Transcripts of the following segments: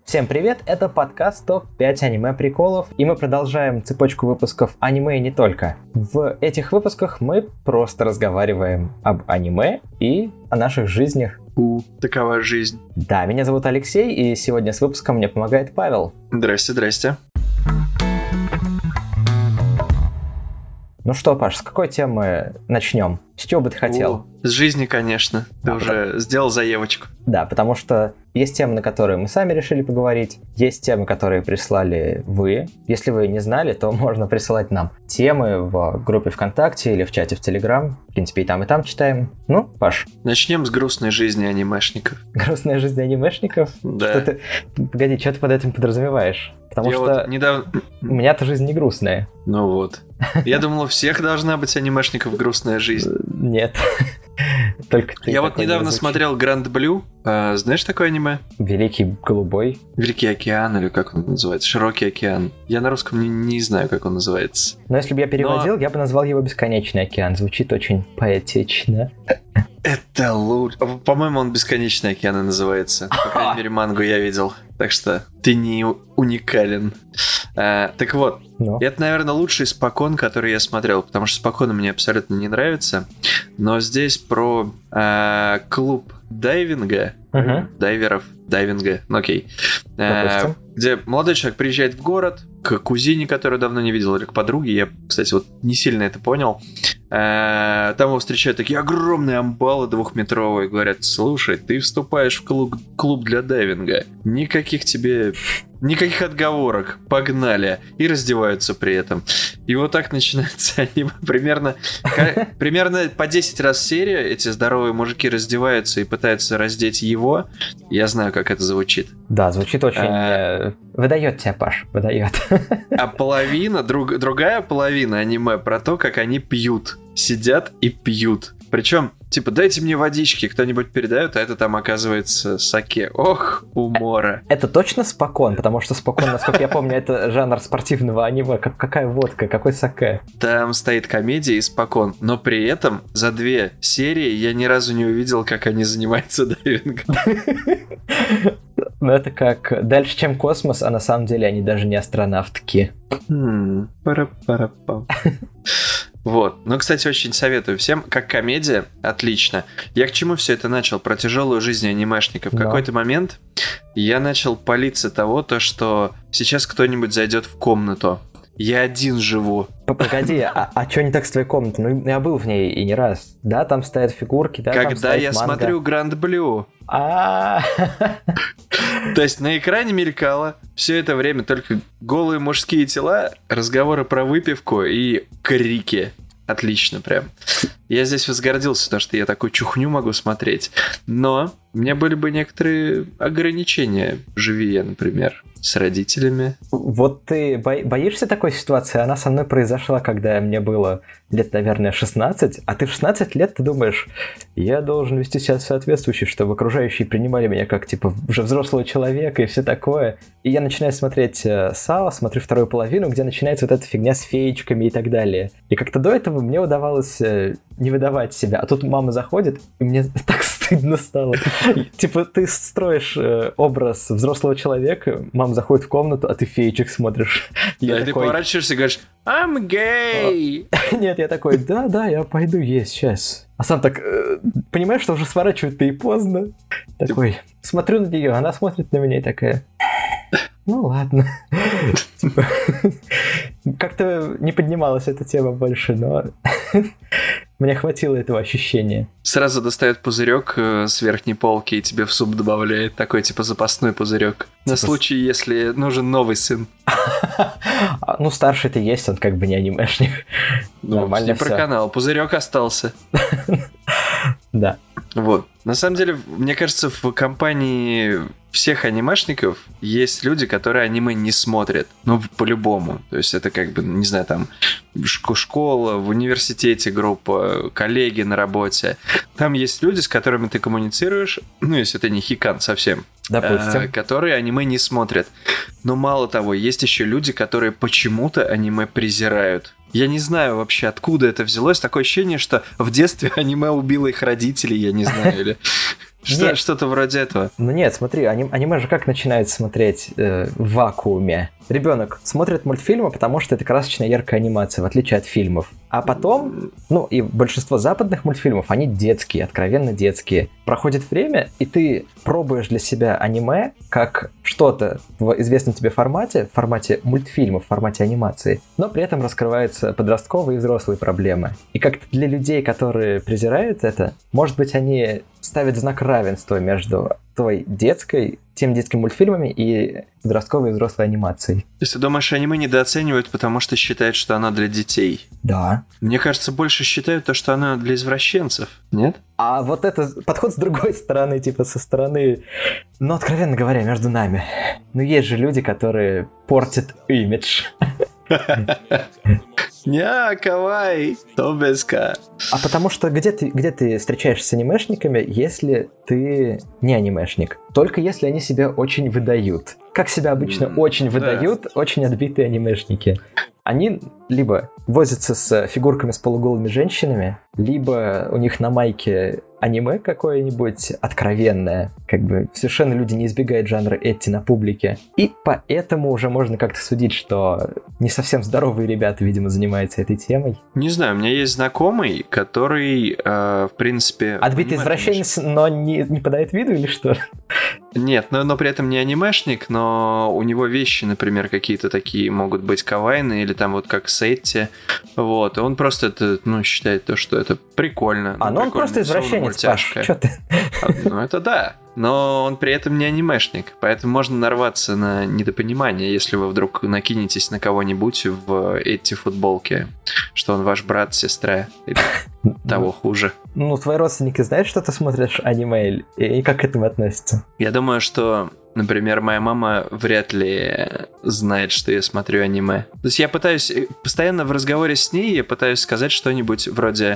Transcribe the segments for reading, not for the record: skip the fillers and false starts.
Всем привет, это подкаст ТОП-5 аниме-приколов, и мы продолжаем цепочку выпусков аниме и не только. В этих выпусках мы просто разговариваем об аниме и о наших жизнях. Такова жизнь. Да, меня зовут Алексей, и сегодня с выпуском мне помогает Павел. Здрасте. Ну что, Паш, с какой темы начнем? С чего бы ты хотел? С жизни, конечно. Ты уже сделал заявочку. Да, потому что есть темы, на которые мы сами решили поговорить, есть темы, которые прислали вы. Если вы не знали, то можно присылать нам темы в группе ВКонтакте или в чате в Телеграм. В принципе, и там читаем. Ну, Паш. Начнем с грустной жизни анимешников. Грустная жизнь анимешников? Да. Погоди, что ты под этим подразумеваешь? Потому что вот недавно... у меня-то жизнь не грустная. Ну вот. Я думал, у всех должна быть анимешников грустная жизнь. Нет. Только ты. Я вот недавно смотрел Grand Blue. Знаешь такое аниме? Великий голубой. Великий океан, или как он называется? Широкий океан. Я на русском не знаю, как он называется. Но если бы я переводил, я бы назвал его Бесконечный океан. Звучит очень поэтично. Это лучше. По-моему, он Бесконечный океан и называется. По крайней мере, мангу я видел. Так что ты не уникален. Так вот, это, наверное, лучший Спокон, который я смотрел, потому что Спокон мне абсолютно не нравится. Но здесь про клуб дайвинга, дайвинга, ну окей. Где молодой человек приезжает в город к кузине, которую давно не видел, или к подруге. Я, кстати, вот не сильно это понял. Там его встречают такие огромные амбалы двухметровые. Говорят: слушай, ты вступаешь в клуб для дайвинга. Никаких отговорок. Погнали. И раздеваются при этом. И вот так начинается аниме. Примерно по 10 раз в серии эти здоровые мужики раздеваются и пытаются раздеть его. Я знаю, как это звучит. Да, звучит очень... Выдает тебя, Паш, выдает. А другая половина аниме про то, как они пьют. Сидят и пьют. Причем, типа, дайте мне водички, кто-нибудь передает, а это там оказывается саке. Ох, умора. Это точно Спокон? Потому что Спокон, насколько я помню, это жанр спортивного аниме. Какая водка, какой саке? Там стоит комедия и Спокон, но при этом за 2 серии я ни разу не увидел, как они занимаются дайвингом. Ну это как дальше, чем космос, а на самом деле они даже не астронавтки. Пара-пара-пам. Вот. Ну, кстати, очень советую всем. Как комедия, отлично. Я к чему все это начал? Про тяжелую жизнь анимешников. В какой-то момент я начал палиться того, что сейчас кто-нибудь зайдет в комнату. Я один живу. Погоди, а что не так с твоей комнатой? Ну, я был в ней и не раз. Да, там стоят фигурки, да, когда там стоит я манга. Смотрю Grand Blue. То есть на экране мелькало все это время только голые мужские тела, разговоры про выпивку и крики. Отлично прям. Я здесь возгордился, потому что я такую чухню могу смотреть. Но у меня были бы некоторые ограничения. Живи я, например, с родителями. Вот ты боишься такой ситуации? Она со мной произошла, когда мне было лет, наверное, 16. А ты в 16 лет, ты думаешь, я должен вести себя соответствующе, чтобы окружающие принимали меня как, типа, уже взрослого человека и все такое. И я начинаю смотреть САО, смотрю вторую половину, где начинается вот эта фигня с феечками и так далее. И как-то до этого мне удавалось не выдавать себя. А тут мама заходит, и мне так стыдно стало. Типа, ты строишь образ взрослого человека, мама заходит в комнату, а ты феечек смотришь. Да, ты поворачиваешься и говоришь: I'm gay! Нет, я такой: да, я пойду есть сейчас. А сам так, понимаешь, что уже сворачивать-то и поздно. Такой, смотрю на нее, она смотрит на меня и такая: ну ладно. Как-то не поднималась эта тема больше, но мне хватило этого ощущения. Сразу достает пузырек с верхней полки и тебе в суп добавляет такой, типа, запасной пузырек. На случай, если нужен новый сын. Ну, старший-то есть, он как бы не анимешник. Нормально все. Про канал, пузырек остался. Да. Вот. На самом деле, мне кажется, в компании всех анимешников есть люди, которые аниме не смотрят. Ну, по-любому. То есть это как бы, не знаю, там школа, в университете группа, коллеги на работе. Там есть люди, с которыми ты коммуницируешь, ну, если ты не хикан совсем, которые аниме не смотрят. Но мало того, есть еще люди, которые почему-то аниме презирают. Я не знаю вообще, откуда это взялось. Такое ощущение, что в детстве аниме убило их родителей, я не знаю, или... Что-то вроде этого. Ну нет, смотри, аниме же как начинает смотреть в вакууме? Ребенок смотрит мультфильмы, потому что это красочная яркая анимация, в отличие от фильмов. А потом, и большинство западных мультфильмов, они детские, откровенно детские. Проходит время, и ты пробуешь для себя аниме как что-то в известном тебе формате, в формате мультфильмов, в формате анимации, но при этом раскрываются подростковые и взрослые проблемы. И как-то для людей, которые презирают это, может быть, они ставят знак равенства между той теми детскими мультфильмами и подростковой и взрослой анимацией. То есть ты думаешь, аниме недооценивают, потому что считают, что оно для детей? Да. Мне кажется, больше считают то, что оно для извращенцев, нет? А вот это подход с другой стороны, типа со стороны, откровенно говоря, между нами. Есть же люди, которые портят имидж. Ня, кавай, тобеска. А потому что где ты встречаешься с анимешниками, если ты не анимешник? Только если они себя очень выдают. Как себя обычно очень выдают очень отбитые анимешники. Они либо возятся с фигурками с полуголыми женщинами, либо у них на майке аниме какое-нибудь откровенное. Совершенно люди не избегают жанра эти на публике. И поэтому уже можно как-то судить, что не совсем здоровые ребята, видимо, занимаются этой темой. Не знаю, у меня есть знакомый, который, в принципе... Отбитый извращенец, но не подает виду или что? Нет, но при этом не анимешник, но у него вещи, например, какие-то такие могут быть кавайные, или там вот как Сетти. Вот, он просто это, считает то, что это прикольно. Он просто извращенец, Паш, что ты? Это да. Но он при этом не анимешник, поэтому можно нарваться на недопонимание, если вы вдруг накинетесь на кого-нибудь в эти футболки, что он ваш брат, сестра, или того хуже. Твои родственники знают, что ты смотришь аниме, и как к этому относятся? Я думаю, что, например, моя мама вряд ли знает, что я смотрю аниме. То есть я пытаюсь, постоянно в разговоре с ней, я пытаюсь сказать что-нибудь вроде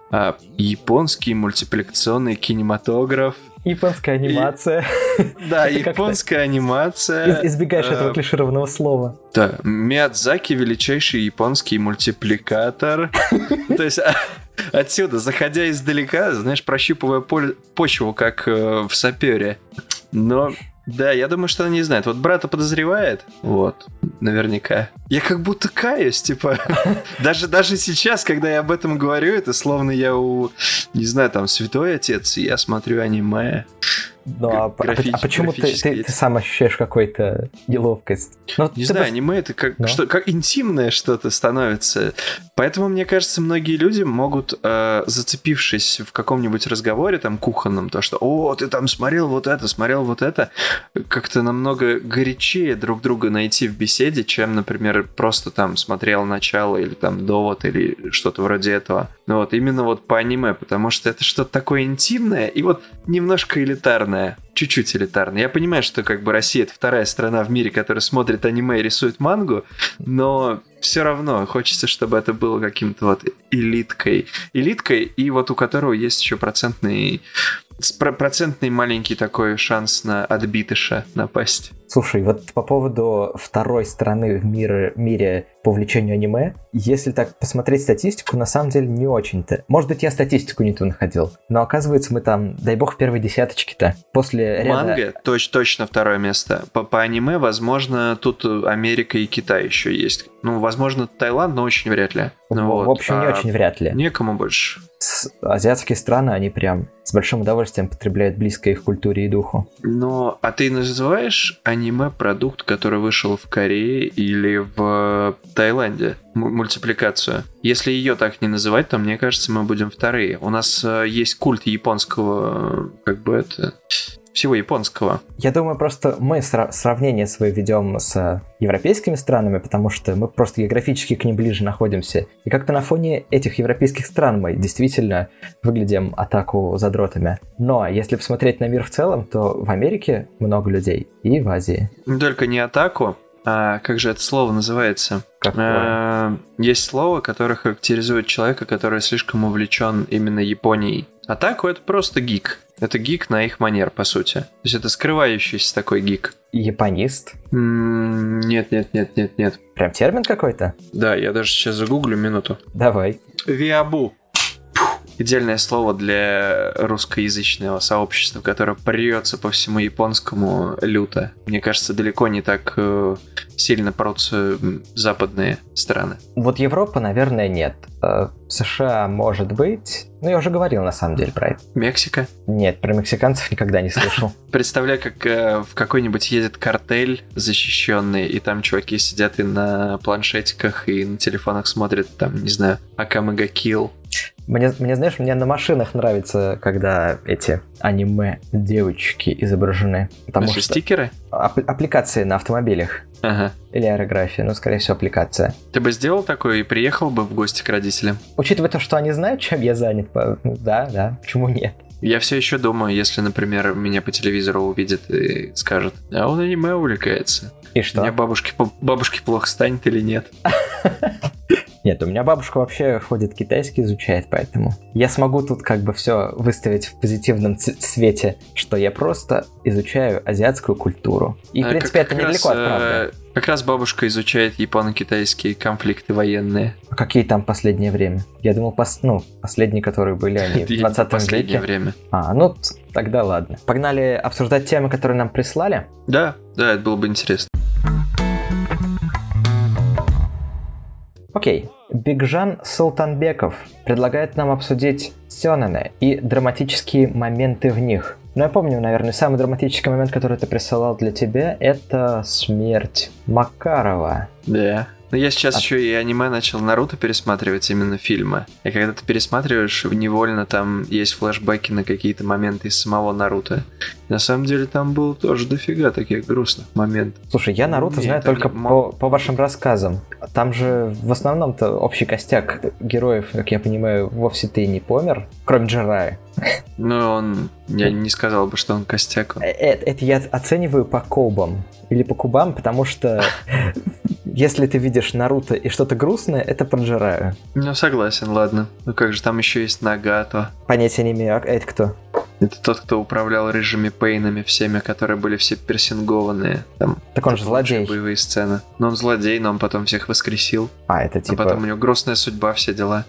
японский мультипликационный кинематограф. Японская анимация. Да, японская анимация. Избегаешь этого клишированного слова. Да, Миядзаки — величайший японский мультипликатор. То есть отсюда, заходя издалека, знаешь, прощупывая почву, как в сапере. Но... Да, я думаю, что она не знает. Вот брата подозревает, наверняка. Я как будто каюсь, типа. Даже сейчас, когда я об этом говорю, это словно я не знаю, там, святой отец, и я смотрю аниме. А почему ты сам ощущаешь какую-то неловкость? Не знаю, аниме это как интимное что-то становится. Поэтому, мне кажется, многие люди могут, зацепившись в каком-нибудь разговоре, там, кухонном, то, что ты там смотрел вот это, как-то намного горячее друг друга найти в беседе, чем, например, просто там смотрел начало или там довод или что-то вроде этого. Именно по аниме, потому что это что-то такое интимное и немножко элитарное. Чуть-чуть элитарно. Я понимаю, что Россия — это вторая страна в мире, которая смотрит аниме и рисует мангу, но все равно хочется, чтобы это было каким-то элиткой. Элиткой, и у которого есть еще процентный маленький такой шанс на отбитыша напасть. Слушай, по поводу второй страны в мире по увлечению аниме, если так посмотреть статистику, на самом деле не очень-то. Может быть, я статистику не ту находил, но оказывается мы там, дай бог, в первой десяточке-то. После ряда... Манга точно второе место. По аниме, возможно, тут Америка и Китай еще есть. Возможно, Таиланд, но очень вряд ли. В общем, не очень вряд ли. Некому больше. Азиатские страны, они прям с большим удовольствием потребляют близко их культуре и духу. А ты называешь аниме-продукт, который вышел в Корее или в Таиланде? Мультипликацию. Если ее так не называть, то, мне кажется, мы будем вторые. У нас есть культ японского, всего японского. Я думаю, просто мы сравнение свое ведем с европейскими странами, потому что мы просто географически к ним ближе находимся. И как-то на фоне этих европейских стран мы действительно выглядим атаку задротами. Но если посмотреть на мир в целом, то в Америке много людей и в Азии. Только не атаку, а как же это слово называется? Есть слово, которое характеризует человека, который слишком увлечен именно Японией. А так это просто гик. Это гик на их манер, по сути. То есть это скрывающийся такой гик. Японист? Нет. Прям термин какой-то? Да, я даже сейчас загуглю минуту. Давай. Виабу. Идеальное слово для русскоязычного сообщества, которое прется по всему японскому люто. Мне кажется, далеко не так сильно прутся западные страны. Вот Европа, наверное, нет. США может быть. Ну, я уже говорил, на самом деле, про это. Мексика? Нет, про мексиканцев никогда не слышал. Представляю, как в какой-нибудь едет картель защищенный, и там чуваки сидят и на планшетиках, и на телефонах смотрят, там, не знаю, Акамега Kill. Мне, знаешь, мне на машинах нравится, когда эти аниме-девочки изображены. Потому что стикеры? Аппликации на автомобилях. Ага. Или аэрография, ну, скорее всего, аппликация. Ты бы сделал такое и приехал бы в гости к родителям? Учитывая то, что они знают, чем я занят, да, почему нет? Я все еще думаю, если, например, меня по телевизору увидят и скажут, а он аниме увлекается. И что? У меня бабушке плохо станет или нет? Нет, у меня бабушка вообще ходит китайский, изучает, поэтому я смогу тут как бы все выставить в позитивном свете, что я просто изучаю азиатскую культуру. И, в принципе, это недалеко от правды. Как раз бабушка изучает японо-китайские конфликты военные. А какие там последнее время? Я думал, последние, которые были, они в 20 веке. Последнее время. Ну, тогда ладно. Погнали обсуждать темы, которые нам прислали? Да, это было бы интересно. Окей. Бигжан Султанбеков предлагает нам обсудить сёнэны и драматические моменты в них. Ну, я помню, наверное, самый драматический момент, который ты присылал для тебя, это смерть Макарова. Да. Но я сейчас еще и аниме начал Наруто пересматривать, именно фильмы. И когда ты пересматриваешь, невольно там есть флешбеки на какие-то моменты из самого Наруто. На самом деле там было тоже дофига таких грустных моментов. Слушай, я Наруто знаю только по вашим рассказам. Там же в основном-то общий костяк героев, как я понимаю, вовсе-то и не помер, кроме Джирайя. Ну, я не сказал бы, что он костяк. Это я оцениваю по кобам. Или по кубам, потому что если ты видишь Наруто и что-то грустное, это про Джирайю. Ну, согласен, ладно. Ну как же, там еще есть Нагато. Понятия не имею, а это кто? Это тот, кто управлял рыжими пейнами всеми, которые были все персингованные. Там так он же злодей. Боевые сцены. Но он злодей, но он потом всех воскресил. Это типа... А потом у него грустная судьба, все дела.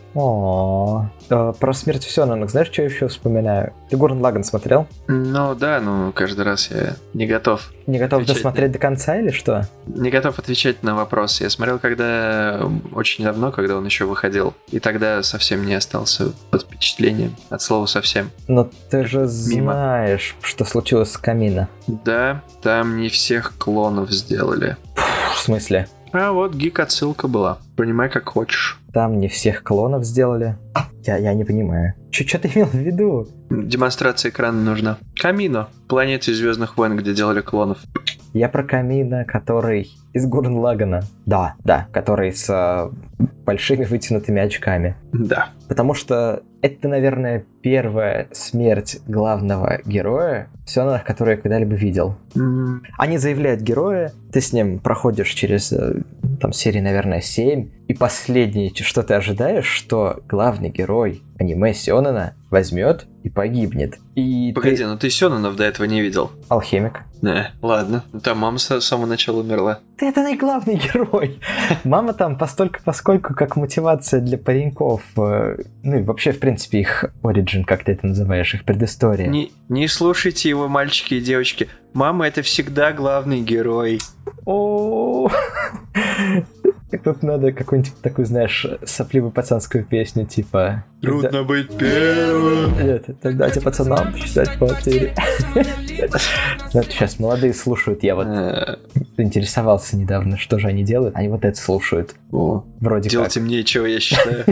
Про смерть в сёнэнах, знаешь, что я еще вспоминаю? Ты Гуррен Лаганн смотрел? Ну да, каждый раз я не готов. Не готов досмотреть до конца или что? Не готов отвечать на вопросы. Я смотрел очень давно, когда он еще выходил. И тогда совсем не остался под впечатлением. От слова совсем. Но ты же знаешь, что случилось с Камино. Да, там не всех клонов сделали. В смысле? А вот гик-отсылка была. Понимай, как хочешь. Там не всех клонов сделали. Я не понимаю. Что ты имел в виду? Демонстрация экрана нужна. Камино. Планете Звездных войн, где делали клонов. Я про Камино, который из Гуррен Лаганна. Да, который с большими вытянутыми очками. Да. Потому что это, наверное, первая смерть главного героя в сёнэнах, которую я когда-либо видел. Они заявляют героя, ты с ним проходишь через серии, наверное, 7, и последнее, что ты ожидаешь, что главный герой аниме сёнэна возьмет и погибнет. И погоди, ты сёнэнов до этого не видел? Алхимик. Ладно. Там мама с самого начала умерла. Это не главный герой. Мама там постольку-поскольку как мотивация для пареньков. Ну и вообще, в принципе, их origin, как ты это называешь, их предыстория. Не слушайте его, мальчики и девочки. Мама — это всегда главный герой. Тут надо какую-нибудь такую, знаешь, сопливую пацанскую песню, типа... Трудно быть первым. Нет, тогда тебе пацанам считать по 4. Сейчас молодые слушают, я вот интересовался недавно, что же они делают. Они вот это слушают. Вроде делать им нечего, я считаю.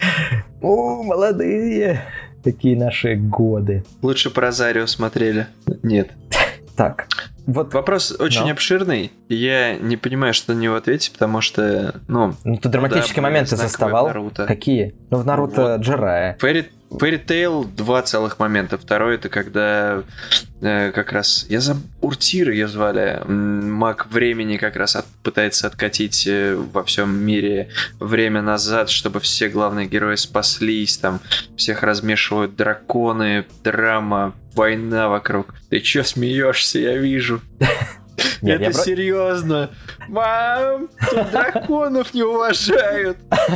Молодые. Такие наши годы. Лучше про Розарио смотрели. Нет. Так. Вот. Вопрос очень обширный. Я не понимаю, что на него ответить, потому что, ты драматические моменты заставал. Какие? В Наруто Джирайя. Фэри Fairy Tail два целых момента. Второй это когда как раз... Уртир ее звали. Маг времени как раз пытается откатить во всем мире время назад, чтобы все главные герои спаслись. Там всех размешивают драконы, драма, война вокруг. Ты чё смеешься, я вижу? Нет, это серьезно. Мам, тут драконов не уважают.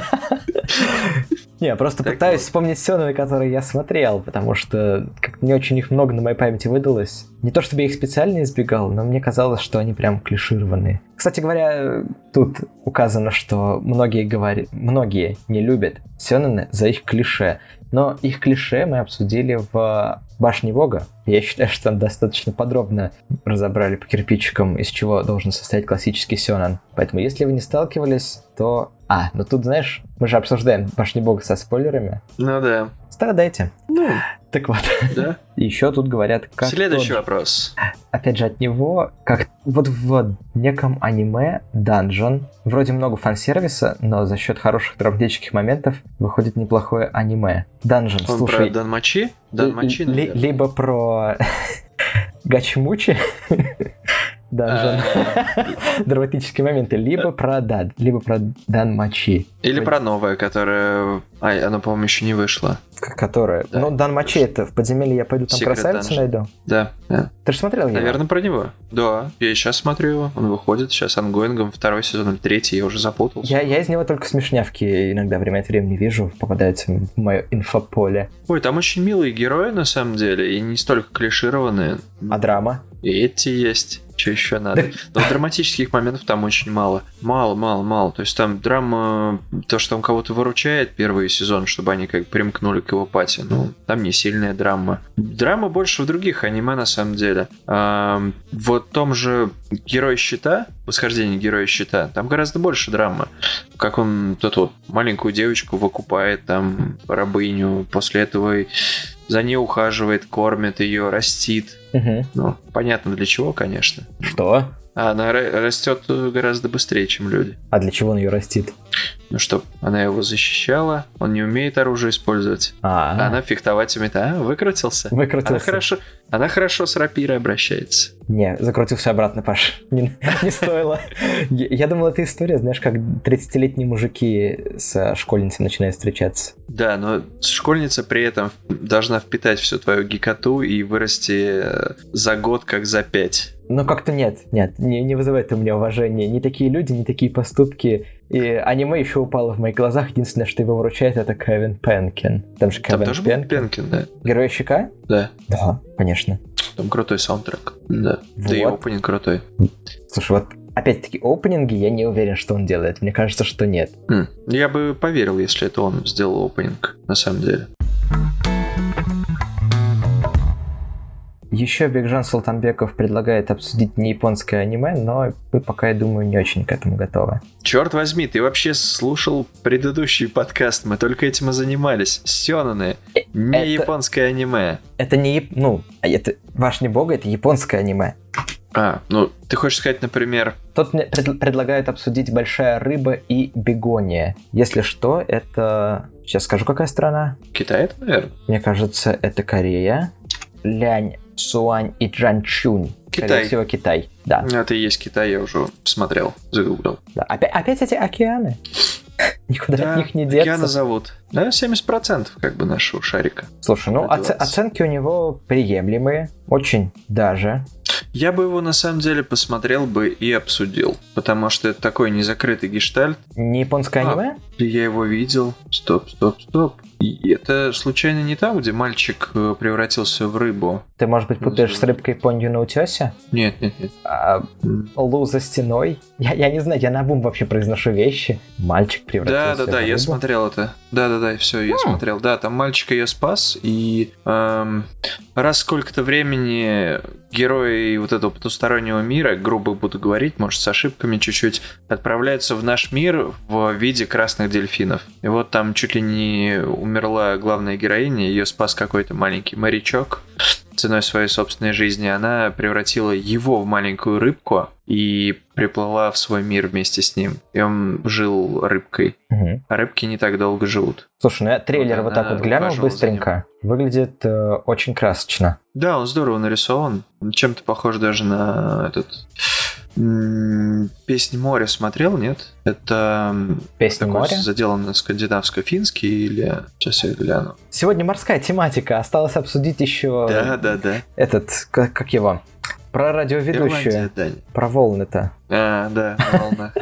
Не, я просто пытаюсь вспомнить сёнэны, которые я смотрел, потому что как-то не очень их много на моей памяти выдалось. Не то чтобы я их специально избегал, но мне казалось, что они прям клишированные. Кстати говоря, тут указано, что многие не любят сёнэны за их клише. Но их клише мы обсудили в «Башне Бога». Я считаю, что там достаточно подробно разобрали по кирпичикам, из чего должен состоять классический сёнэн. Поэтому, если вы не сталкивались, то... ну тут, знаешь, мы же обсуждаем «Башню Бога» со спойлерами. Ну да. Страдайте. Так вот. Да. Еще тут говорят, как... Следующий вопрос. Опять же, от него, как вот в неком аниме Dungeon, вроде много фан-сервиса, но за счет хороших драматических моментов выходит неплохое аниме. Dungeon, Он слушай... про Данмачи? Данмачи, наверное. Либо про Гачмучи, Dungeon, драматические моменты, либо про Данмачи. Или про новое, которое... оно, по-моему, еще не вышло. Которое... Да. Ну, Данмачи это в подземелье я пойду там Secret красавицу Dungeon. найду. Да. Ты же смотрел его? Наверное, про него. Да, я и сейчас смотрю его. Он выходит сейчас ангоингом, второй сезон или третий, я уже запутался. Я из него только смешнявки иногда время от времени вижу, попадаются в мое инфополе. Ой, там очень милые герои, на самом деле, и не столько клишированные. А драма? И эти есть. Что еще надо? Но драматических моментов там очень мало. Мало. То есть там драма, то, что он кого-то выручает первый сезон, чтобы они как бы примкнули к его пати. Ну, там не сильная драма. Драма больше в других аниме, на самом деле. Вот в том же Герой Щита, Восхождение Героя Щита, там гораздо больше драмы. Как он маленькую девочку выкупает, там, рабыню, после этого за ней ухаживает, кормит ее, растит. Угу. Ну, понятно для чего, конечно. Что? Она растет гораздо быстрее, чем люди. А для чего он ее растит? Ну, чтоб она его защищала, он не умеет оружие использовать. А она фехтовать умеет. Выкрутился? Выкрутился. Она хорошо с рапирой обращается. Не, закрутился обратно, Паш. Не стоило. Я думал, это история, знаешь, как 30-летние мужики с школьницей начинают встречаться. Да, но школьница при этом должна впитать всю твою гикоту и вырасти за год, как за 5. Ну, как-то нет, не вызывает у меня уважения. Не такие люди, не такие поступки. И аниме еще упало в моих глазах. Единственное, что его выручает, это Кевин Пенкин. Там же Кевин тоже был Пенкин, да? Герой Щека? Да. Да, конечно. Там крутой саундтрек. Да. Вот. Да и опенинг крутой. Слушай, вот опять-таки опенинги, я не уверен, что он делает. Мне кажется, что нет. Я бы поверил, если это он сделал опенинг, на самом деле. Еще Бекжан Султанбеков предлагает обсудить не японское аниме, но вы пока, я думаю, не очень к этому готовы. Черт возьми, ты вообще слушал предыдущий подкаст, мы только этим и занимались. Сёнэны, не японское аниме. Это не... это «Башня Бога» — это японское аниме. Ты хочешь сказать, например... Тут мне предлагают обсудить «Большая рыба» и «Бегония». Если что, это... Сейчас скажу, какая страна. Китай, наверное? Мне кажется, это Корея. Лянь, Суань и Чжанчунь. Китай. Скорее всего, Китай, да. Это и есть Китай, я уже смотрел, загуглил. Да. Опять эти океаны. Никуда от них не деться. Океаны зовут. Да, 70% как бы нашего шарика. Слушай, оценки у него приемлемые, очень даже. Я бы его на самом деле посмотрел бы и обсудил, потому что это такой незакрытый гештальт. Не японское аниме? Я его видел. Стоп. И это случайно не там, где мальчик превратился в рыбу? Ты, может быть, путаешь с рыбкой Понью на утёсе? Нет. Лу за стеной? Я не знаю, я наобум вообще произношу вещи. Мальчик превратился в рыбу. Да, я смотрел это. Да, все, я смотрел. Да, там мальчик ее спас, и раз сколько-то времени герои вот этого потустороннего мира, грубо буду говорить, может, с ошибками чуть-чуть, отправляются в наш мир в виде красных дельфинов. И вот там чуть ли не умерла главная героиня, ее спас какой-то маленький морячок ценой своей собственной жизни. Она превратила его в маленькую рыбку, и приплыла в свой мир вместе с ним. И он жил рыбкой. А рыбки не так долго живут. Слушай, ну я трейлер вот так вот глянул быстренько. Выглядит очень красочно. Да, он здорово нарисован. Чем-то похож даже на этот... «Песнь моря» смотрел, нет? Это «Песнь моря»? Заделан на скандинавско-финский или... Сейчас я гляну. Сегодня морская тематика. Осталось обсудить еще... Да. Этот, как его? Про радиоведущую. Ирландия, про волны-то. Да, волна.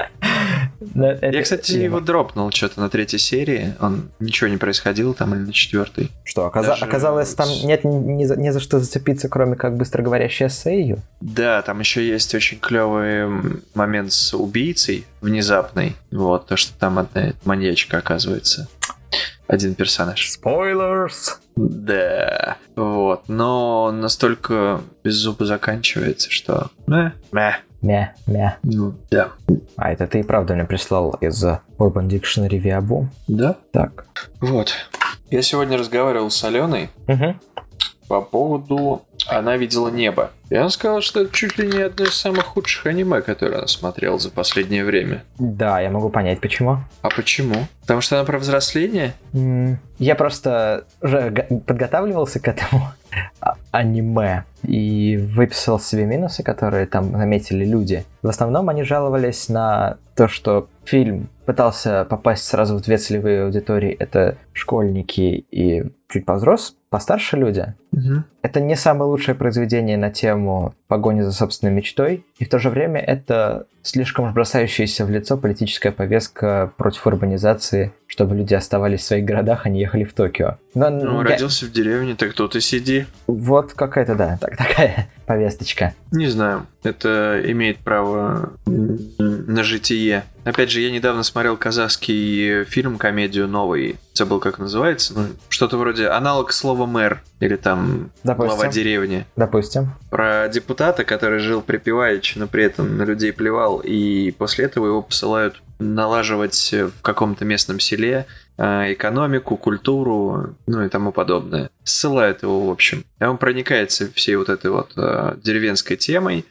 Я, кстати, его дропнул что-то на 3-й серии. Он ничего не происходило там или на 4-й. Что, оказалось, там нет ни за что зацепиться, кроме как быстроговорящей эссею? Да, там еще есть очень клевый момент с убийцей внезапный. Вот, то, что там одна маньячка оказывается. Один персонаж. Спойлерс! Да, вот. Но он настолько без зуба заканчивается, что... Мя. Ну, да. А, это ты и правда мне прислал из Urban Dictionary Viabu? Да. Так. Вот. Я сегодня разговаривал с Аленой по поводу... Она видела небо. И она сказала, что это чуть ли не одно из самых худших аниме, которое она смотрела за последнее время. Да, я могу понять, почему. А почему? Потому что она про взросление? Я просто уже подготавливался к этому аниме и выписал себе минусы, которые там заметили люди. В основном они жаловались на то, что фильм пытался попасть сразу в 2 целевые аудитории. Это школьники и чуть постарше люди. Это не самое лучшее произведение на тему погони за собственной мечтой, и в то же время это слишком уж бросающаяся в лицо политическая повестка против урбанизации, чтобы люди оставались в своих городах, а не ехали в Токио. Родился в деревне, так тут и сиди. Вот какая-то, да, такая повесточка. Не знаю, это имеет право на житие. Опять же, я недавно смотрел казахский фильм, комедию новый. Забыл, как называется. Что-то вроде аналог слова «мэр». Или там глава деревни. Допустим. Про депутата, который жил припеваючи, но при этом на людей плевал. И после этого его посылают налаживать в каком-то местном селе экономику, культуру, ну и тому подобное. Ссылают его, в общем. И он проникается всей вот этой вот деревенской темой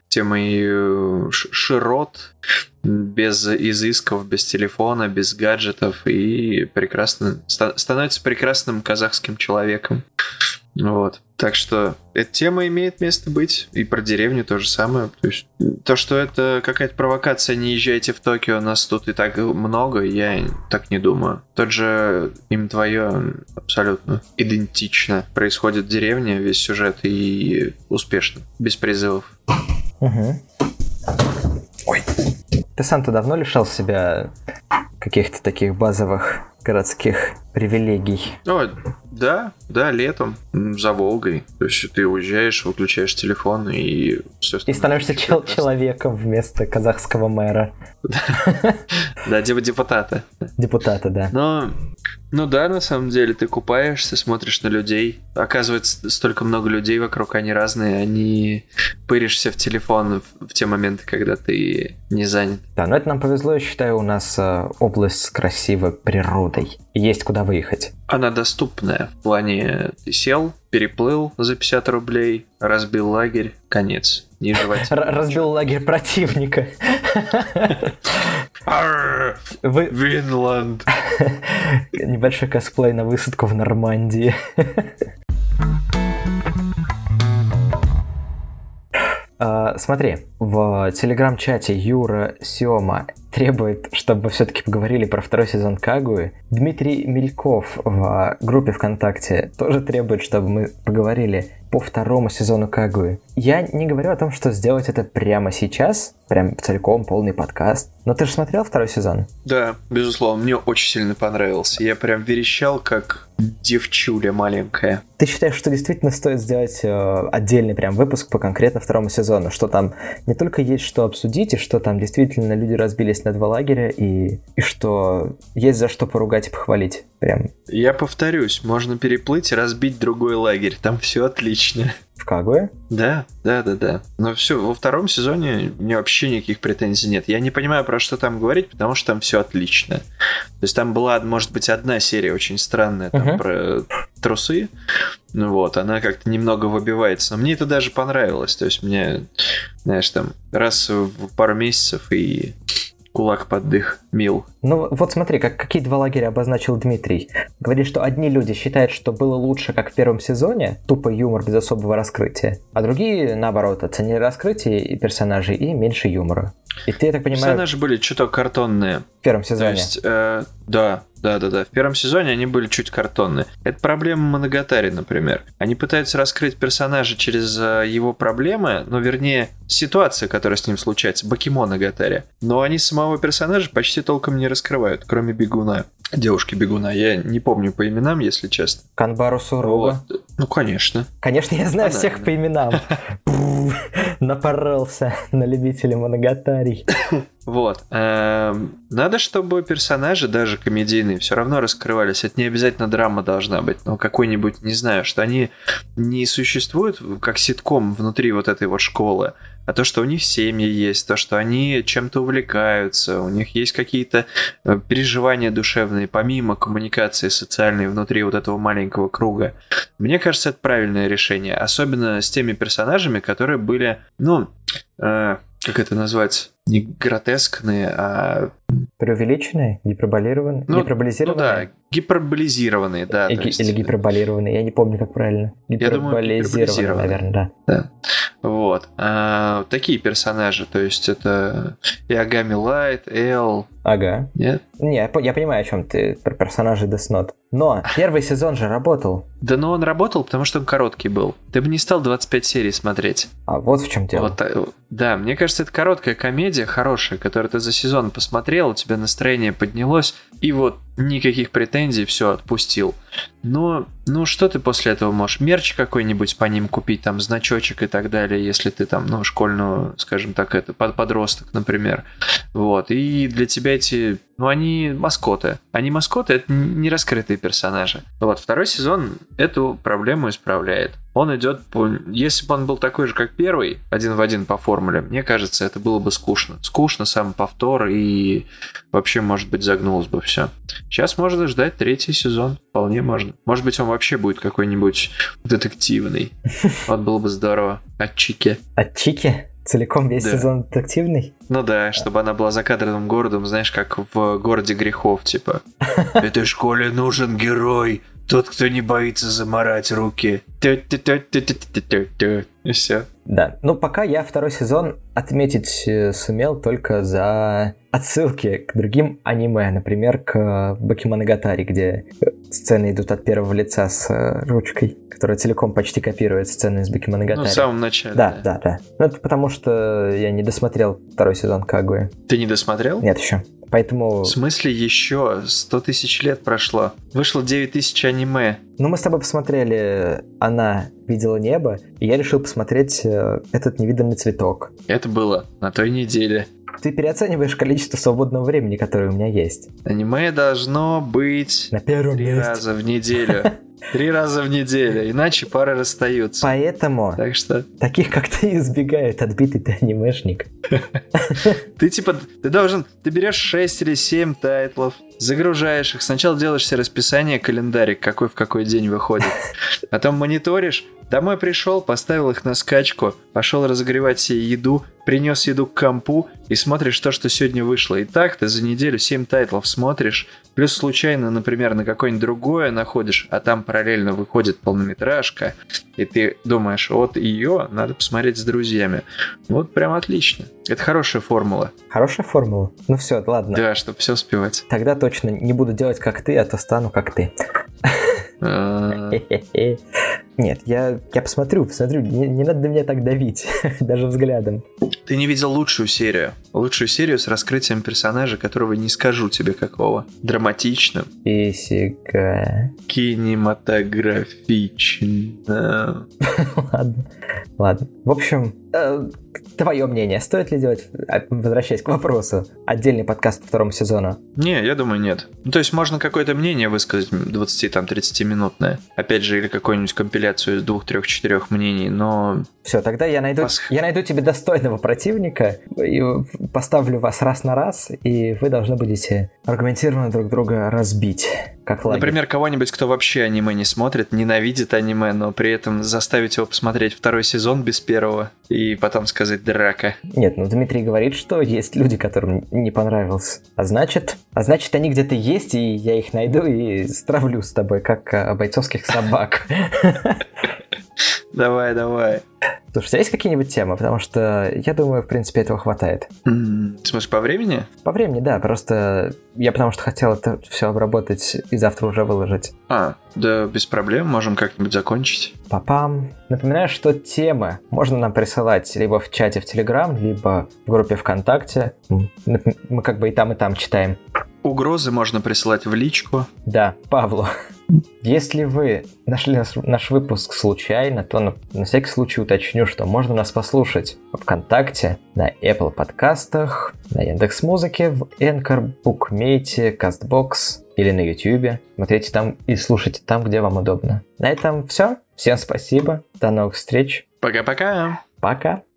широт, без изысков, без телефона, без гаджетов, и становится прекрасным казахским человеком. Вот. Так что эта тема имеет место быть. И про деревню то же самое. То есть то, что это какая-то провокация, не езжайте в Токио, нас тут и так много, я так не думаю. Тот же «Им твое» абсолютно идентично. Происходит в деревне, весь сюжет, и успешно, без призывов. Ой. Ты сам-то давно лишал себя каких-то таких базовых городских привилегий? Да, летом, за Волгой. То есть ты уезжаешь, выключаешь телефон и все. И становишься человеком вместо казахского мэра. Да, депутата. Депутата, да. Ну да, на самом деле, ты купаешься, смотришь на людей. Оказывается, столько много людей вокруг, они разные, они пыришься в телефон в те моменты, когда ты не занят. Да, но это нам повезло, я считаю, у нас область с красивой природой. Есть куда выехать. Она доступная. В плане ты сел, переплыл за 50 рублей, разбил лагерь, конец. Не жевать. Разбил лагерь противника. Винланд. Небольшой косплей на высадку в Нормандии. Смотри, в телеграм-чате Юра Сёма требует, чтобы мы все-таки поговорили про 2-й сезон Кагуи. Дмитрий Мельков в группе ВКонтакте тоже требует, чтобы мы поговорили по 2-му сезону Кагуи. Я не говорю о том, что сделать это прямо сейчас, прям целиком, полный подкаст. Но ты же смотрел 2-й сезон? Да, безусловно, мне очень сильно понравился. Я прям верещал, как девчуля маленькая. Ты считаешь, что действительно стоит сделать отдельный прям выпуск по конкретно 2-му сезону? Что там не только есть что обсудить, и что там действительно люди разбились на 2 лагеря, и что есть за что поругать и похвалить? Прям. Я повторюсь, можно переплыть и разбить другой лагерь, там все отлично. В Кагуе? Да. Но все, во 2-м сезоне у меня вообще никаких претензий нет. Я не понимаю, про что там говорить, потому что там все отлично. То есть там была, может быть, одна серия очень странная, там про трусы. Ну вот, она как-то немного выбивается. Но мне это даже понравилось. То есть мне, знаешь, там раз в пару месяцев и кулак под дых мил. Ну вот смотри, какие два лагеря обозначил Дмитрий. Говорит, что одни люди считают, что было лучше, как в первом сезоне, тупо юмор без особого раскрытия, а другие, наоборот, оценили раскрытие и персонажей и меньше юмора. И ты, я так понимаю... Персонажи были чуток картонные. В первом сезоне. То есть, да. В первом сезоне они были чуть картонные. Это проблема Моногатари, например. Они пытаются раскрыть персонажа через его проблемы, ну, вернее, ситуация, которая с ним случается, Бакимоногатари. Но они самого персонажа почти толком не раскрывают, кроме бегуна. Девушки-бегуна. Я не помню по именам, если честно. Канбару Суруга. Вот. Ну, конечно. Конечно, я знаю всех по именам. Напоролся на любителей Моногатарий. Вот. Надо, чтобы персонажи, даже комедийные, все равно раскрывались. Это не обязательно драма должна быть, но какой-нибудь, не знаю, что они не существуют как ситком внутри вот этой вот школы, а то, что у них семьи есть, то, что они чем-то увлекаются, у них есть какие-то переживания душевные, помимо коммуникации социальной внутри вот этого маленького круга. Мне кажется, это правильное решение, особенно с теми персонажами, которые были, как это назвать? Не гротескные, а... Преувеличенные? Гиперболированные? Гиперболизированные? Гиперболизированные, да. Или гиперболированные, я не помню, как правильно. Гиперболизированные, наверное, да. Вот. Такие персонажи, то есть это Иагами Лайт, Эл... Ага. Нет? Не, я понимаю, о чем ты, про персонажей Death Note. Но первый сезон же работал. Да, но он работал, потому что он короткий был. Ты бы не стал 25 серий смотреть. А вот в чем дело. Да, мне кажется, это короткая комедия, хорошая, которую ты за сезон посмотрел, у тебя настроение поднялось, и вот никаких претензий, все, отпустил. Но, что ты после этого можешь? Мерч какой-нибудь по ним купить, там, значочек и так далее, если ты там, школьную, скажем так, подросток, например. Вот, и для тебя эти... они маскоты. Они маскоты, это не раскрытые персонажи. Вот, второй сезон эту проблему исправляет. Он идет по... Если бы он был такой же, как первый, один в один по формуле, мне кажется, это было бы скучно. Скучно, сам повтор, и вообще, может быть, загнулось бы все. Сейчас можно ждать третий сезон. Вполне можно. Может быть, он вообще будет какой-нибудь детективный. Вот было бы здорово. От Чики. От Чики? Целиком весь сезон детективный? Ну да, чтобы она была закадровым городом, знаешь, как в «Городе грехов», типа. Этой школе нужен герой, тот, кто не боится замарать руки. И все. Да, пока я второй сезон отметить сумел только за отсылки к другим аниме, например, к Бакимоногатари, где сцены идут от первого лица с ручкой, которая целиком почти копирует сцены из Бакимоногатари. В самом начале. Да. Это потому, что я не досмотрел второй сезон Кагуя. Ты не досмотрел? Нет еще. Поэтому... В смысле еще? 100 тысяч лет прошло. Вышло 9 тысяч аниме. Мы с тобой посмотрели «Она видела небо», и я решил посмотреть «Этот невиданный цветок». Это было на той неделе. Ты переоцениваешь количество свободного времени, которое у меня есть. Аниме должно быть на первом 3 раза в неделю. 3 раза в неделю, иначе пары расстаются. Поэтому так что... таких, как ты, избегают, отбитый ты анимешник. Ты берешь 6 или 7 тайтлов, загружаешь их, сначала делаешь себе расписание, календарик, какой в какой день выходит. Потом мониторишь, домой пришел, поставил их на скачку, пошел разогревать себе еду, принес еду к компу и смотришь то, что сегодня вышло. И так ты за неделю 7 тайтлов смотришь, плюс случайно, например, на какое-нибудь другое находишь, а там параллельно выходит полнометражка, и ты думаешь, вот ее надо посмотреть с друзьями. Вот прям отлично. Это хорошая формула. Хорошая формула? Ну все, ладно. Да, чтобы все успевать. Тогда точно не буду делать как ты, а то стану как ты. Нет, я посмотрю, не надо на меня так давить, даже взглядом. Ты не видел лучшую серию с раскрытием персонажа, которого не скажу тебе какого. Драматичным. Фисика. Кинематографично. Ладно. В общем, твое мнение, стоит ли делать, возвращаясь к вопросу, отдельный подкаст по второму сезону? Не, я думаю, нет. То есть можно какое-то мнение высказать 20-30-минутное. Опять же, или какую-нибудь компиляцию из 2, 3, 4 мнений, но... Все, тогда я найду тебе достойного противника и поставлю вас раз на раз, и вы должны будете аргументированно друг друга разбить. Как лагерь. Например, кого-нибудь, кто вообще аниме не смотрит, ненавидит аниме, но при этом заставить его посмотреть второй сезон без первого, и потом сказать «драка». Нет, Дмитрий говорит, что есть люди, которым не понравился. А значит, они где-то есть, и я их найду и стравлю с тобой, как бойцовских собак. Давай. Слушай, у тебя есть какие-нибудь темы? Потому что я думаю, в принципе, этого хватает. В смысле, по времени? По времени, да. Просто я потому что хотел это все обработать и завтра уже выложить. Да, без проблем. Можем как-нибудь закончить. Папам. Напоминаю, что темы можно нам присылать либо в чате в Телеграм, либо в группе ВКонтакте. Мы как бы и там читаем. Угрозы можно присылать в личку. Да, Павлу. Если вы нашли наш выпуск случайно, то на всякий случай уточню, что можно нас послушать в ВКонтакте, на Apple подкастах, на Яндекс.Музыке, в Anchor, Bookmate, CastBox или на YouTube. Смотрите там и слушайте там, где вам удобно. На этом все. Всем спасибо. До новых встреч. Пока-пока. Пока.